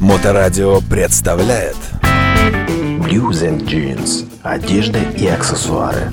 Моторадио представляет Blues and Jeans. Одежда и аксессуары.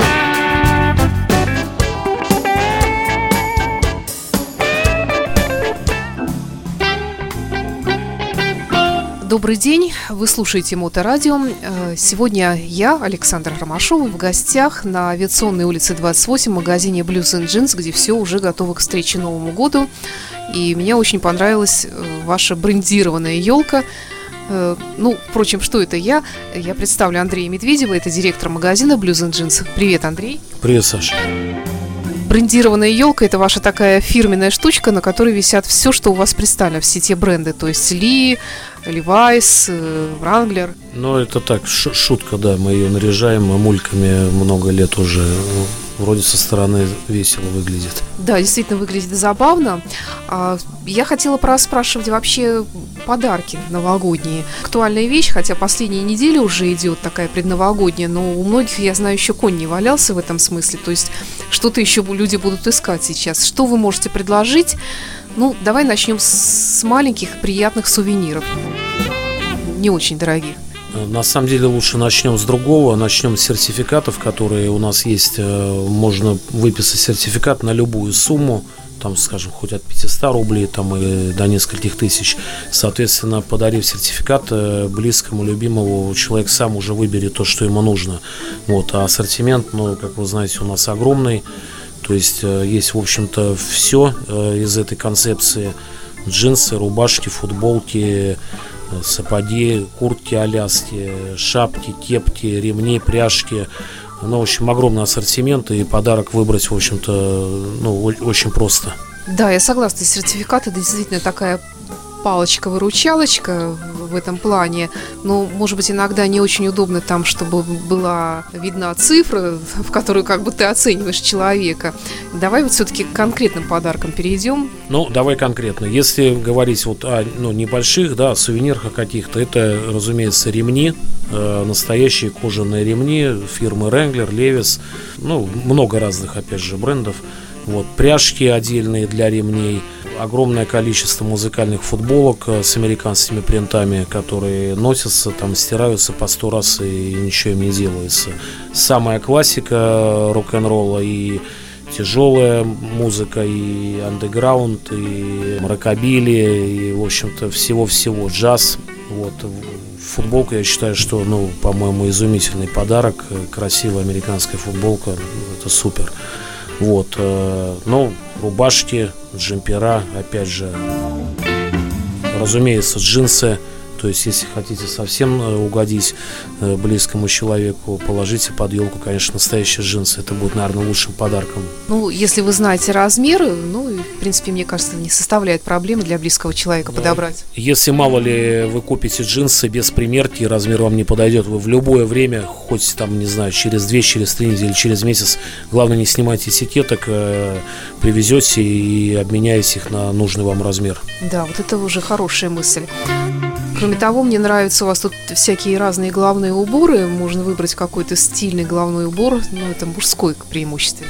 Добрый день, вы слушаете Моторадио. Сегодня я, Александра Ромашова, в гостях на Авиационной улице 28 в магазине Blues and Jeans, где все уже готово к встрече Новому году. И мне очень понравилась ваша брендированная елка. Впрочем, что это я? Я представлю Андрея Медведева, это директор магазина Blues and Jeans. Привет, Андрей. Привет, Саша. Брендированная елка – это ваша такая фирменная штучка, на которой висят все, что у вас представлено, все те бренды, то есть Ли, Levi's, Wrangler. Это так, шутка, да, мы ее наряжаем мамульками много лет уже. Вроде со стороны весело выглядит. Да, действительно выглядит забавно. Я хотела спрашивать вообще подарки новогодние. Актуальная вещь, хотя последняя неделя уже идет такая предновогодняя, но у многих, я знаю, еще конь не валялся в этом смысле. То есть что-то еще люди будут искать сейчас. Что вы можете предложить? Давай начнем с маленьких приятных сувениров. Не очень дорогих. На самом деле лучше начнем с другого. Начнем с сертификатов, которые у нас есть. Можно выписать сертификат на любую сумму, там, скажем, хоть от 500 рублей там, и до нескольких тысяч. Соответственно, подарив сертификат близкому, любимому, человек сам уже выберет то, что ему нужно. А ассортимент, как вы знаете, у нас огромный. То есть есть, в общем-то, все из этой концепции. Джинсы, рубашки, футболки, сапоги, куртки, аляски, шапки, кепки, ремни, пряжки. В общем, огромный ассортимент, и подарок выбрать, в общем-то, очень просто. Да, я согласна, сертификат – это действительно такая палочка-выручалочка в этом плане. Может быть, иногда не очень удобно там, чтобы была видна цифра, в которую как бы ты оцениваешь человека. Давай все-таки к конкретным подаркам перейдем. Давай конкретно. Если говорить о небольших, сувенирах каких-то, это, разумеется, ремни, настоящие кожаные ремни фирмы Wrangler, Levi's, много разных, опять же, брендов. Пряжки отдельные для ремней, огромное количество музыкальных футболок с американскими принтами, которые носятся, стираются по 100 раз и ничего им не делается. Самая классика рок-н-ролла и тяжелая музыка, и андеграунд, и рокобили, и, в общем-то, всего-всего, джаз. Футболка, я считаю, что, по-моему, изумительный подарок. Красивая американская футболка, это супер. Рубашки, джемпера, опять же, разумеется, джинсы. То есть, если хотите совсем угодить близкому человеку, положите под елку, конечно, настоящие джинсы. Это будет, наверное, лучшим подарком. Если вы знаете размеры, в принципе, мне кажется, не составляет проблемы для близкого человека подобрать. Если, мало ли, вы купите джинсы без примерки, размер вам не подойдет, вы в любое время, хоть через 2, через 3 недели, через месяц, главное, не снимайте этикеток, привезете и обменяете их на нужный вам размер. Да, это уже хорошая мысль. Кроме того, мне нравятся у вас тут всякие разные головные уборы. Можно выбрать какой-то стильный головной убор. Это мужской преимущественно.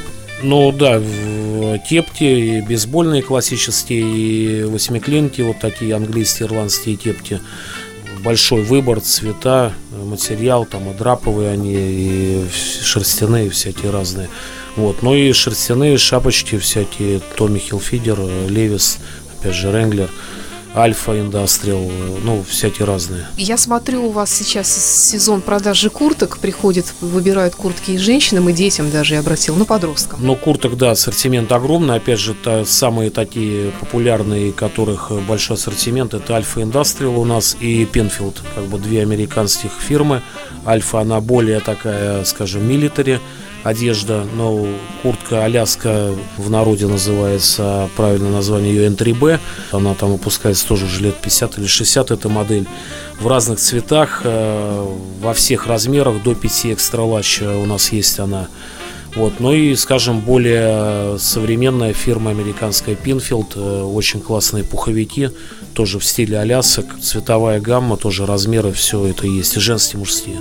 Кепки, бейсбольные классические, и восьмиклинки, такие английские, ирландские кепки. Большой выбор, цвета, материал, и драповые они, и шерстяные, всякие разные. И шерстяные шапочки всякие, Томми Хилфигер, Levi's, опять же, Wrangler. Альфа, Индастриал, всякие разные. Я смотрю, у вас сейчас сезон продажи курток. Выбирают куртки и женщинам, и детям даже, я обратил, подросткам. Курток, да, ассортимент огромный. Опять же, самые такие популярные, которых большой ассортимент, это Альфа Индастриал у нас и Пенфилд. Две американских фирмы. Альфа, она более такая, скажем, милитари одежда, куртка Аляска в народе называется, правильное название ее N3B, она выпускается тоже уже лет 50 или 60, эта модель, в разных цветах, во всех размерах, до 5 экстра ларж у нас есть она. И, скажем, более современная фирма американская Пинфилд, очень классные пуховики, тоже в стиле алясок, цветовая гамма, тоже размеры, все это есть, и женские, и мужские.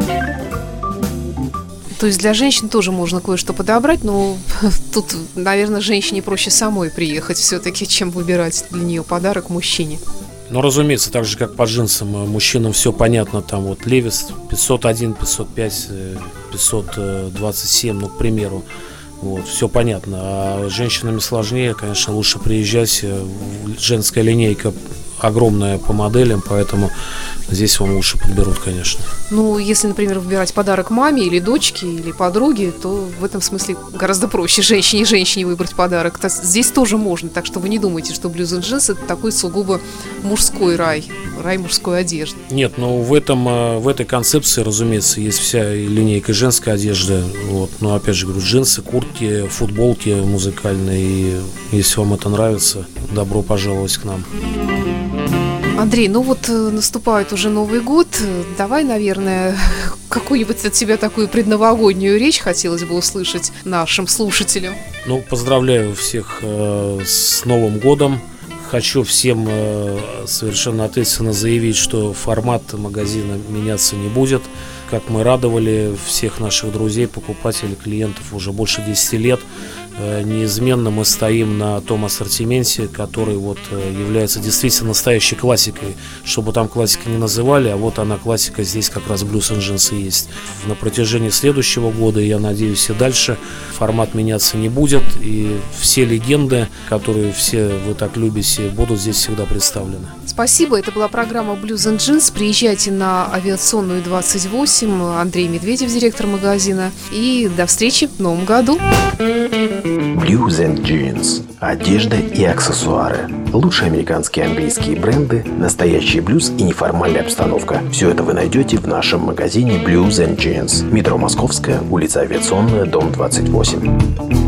То есть для женщин тоже можно кое-что подобрать, но тут, наверное, женщине проще самой приехать все-таки, чем выбирать для нее подарок мужчине. Но, разумеется, так же, как по джинсам, мужчинам все понятно. Там вот Levi's 501, 505, 527, ну, к примеру. Вот, все понятно. А с женщинами сложнее, конечно, лучше приезжать. Женская линейка огромная по моделям, поэтому здесь вам лучше подберут, конечно. Ну, если, например, выбирать подарок маме или дочке, или подруге, то в этом смысле гораздо проще женщине выбрать подарок. Здесь тоже можно, так что вы не думайте, что Blues and Jeans — это такой сугубо мужской рай мужской одежды. Нет, ну в этой концепции, разумеется, есть вся линейка женской одежды. Вот. Но опять же говорю, джинсы, куртки, футболки музыкальные. И если вам это нравится, добро пожаловать к нам. Андрей, ну вот наступает уже Новый год. Давай, наверное, какую-нибудь от тебя такую предновогоднюю речь хотелось бы услышать нашим слушателям. Ну, поздравляю всех с Новым годом. Хочу всем совершенно ответственно заявить, что формат магазина меняться не будет. Как мы радовали всех наших друзей, покупателей, клиентов уже больше 10 лет, неизменно мы стоим на том ассортименте, который вот является действительно настоящей классикой. Чтобы там классикой не называли, а вот она классика, здесь как раз Blues and Jeans и есть. На протяжении следующего года, я надеюсь, и дальше формат меняться не будет. И все легенды, которые все вы так любите, будут здесь всегда представлены. Спасибо, это была программа Blues and Jeans. Приезжайте на Авиационную 28. Андрей Медведев, директор магазина. И до встречи в Новом году. Blues and Jeans. Одежда и аксессуары. Лучшие американские и английские бренды, настоящий блюз и неформальная обстановка. Все это вы найдете в нашем магазине Blues and Jeans. Метро Московская, улица Авиационная, дом 28.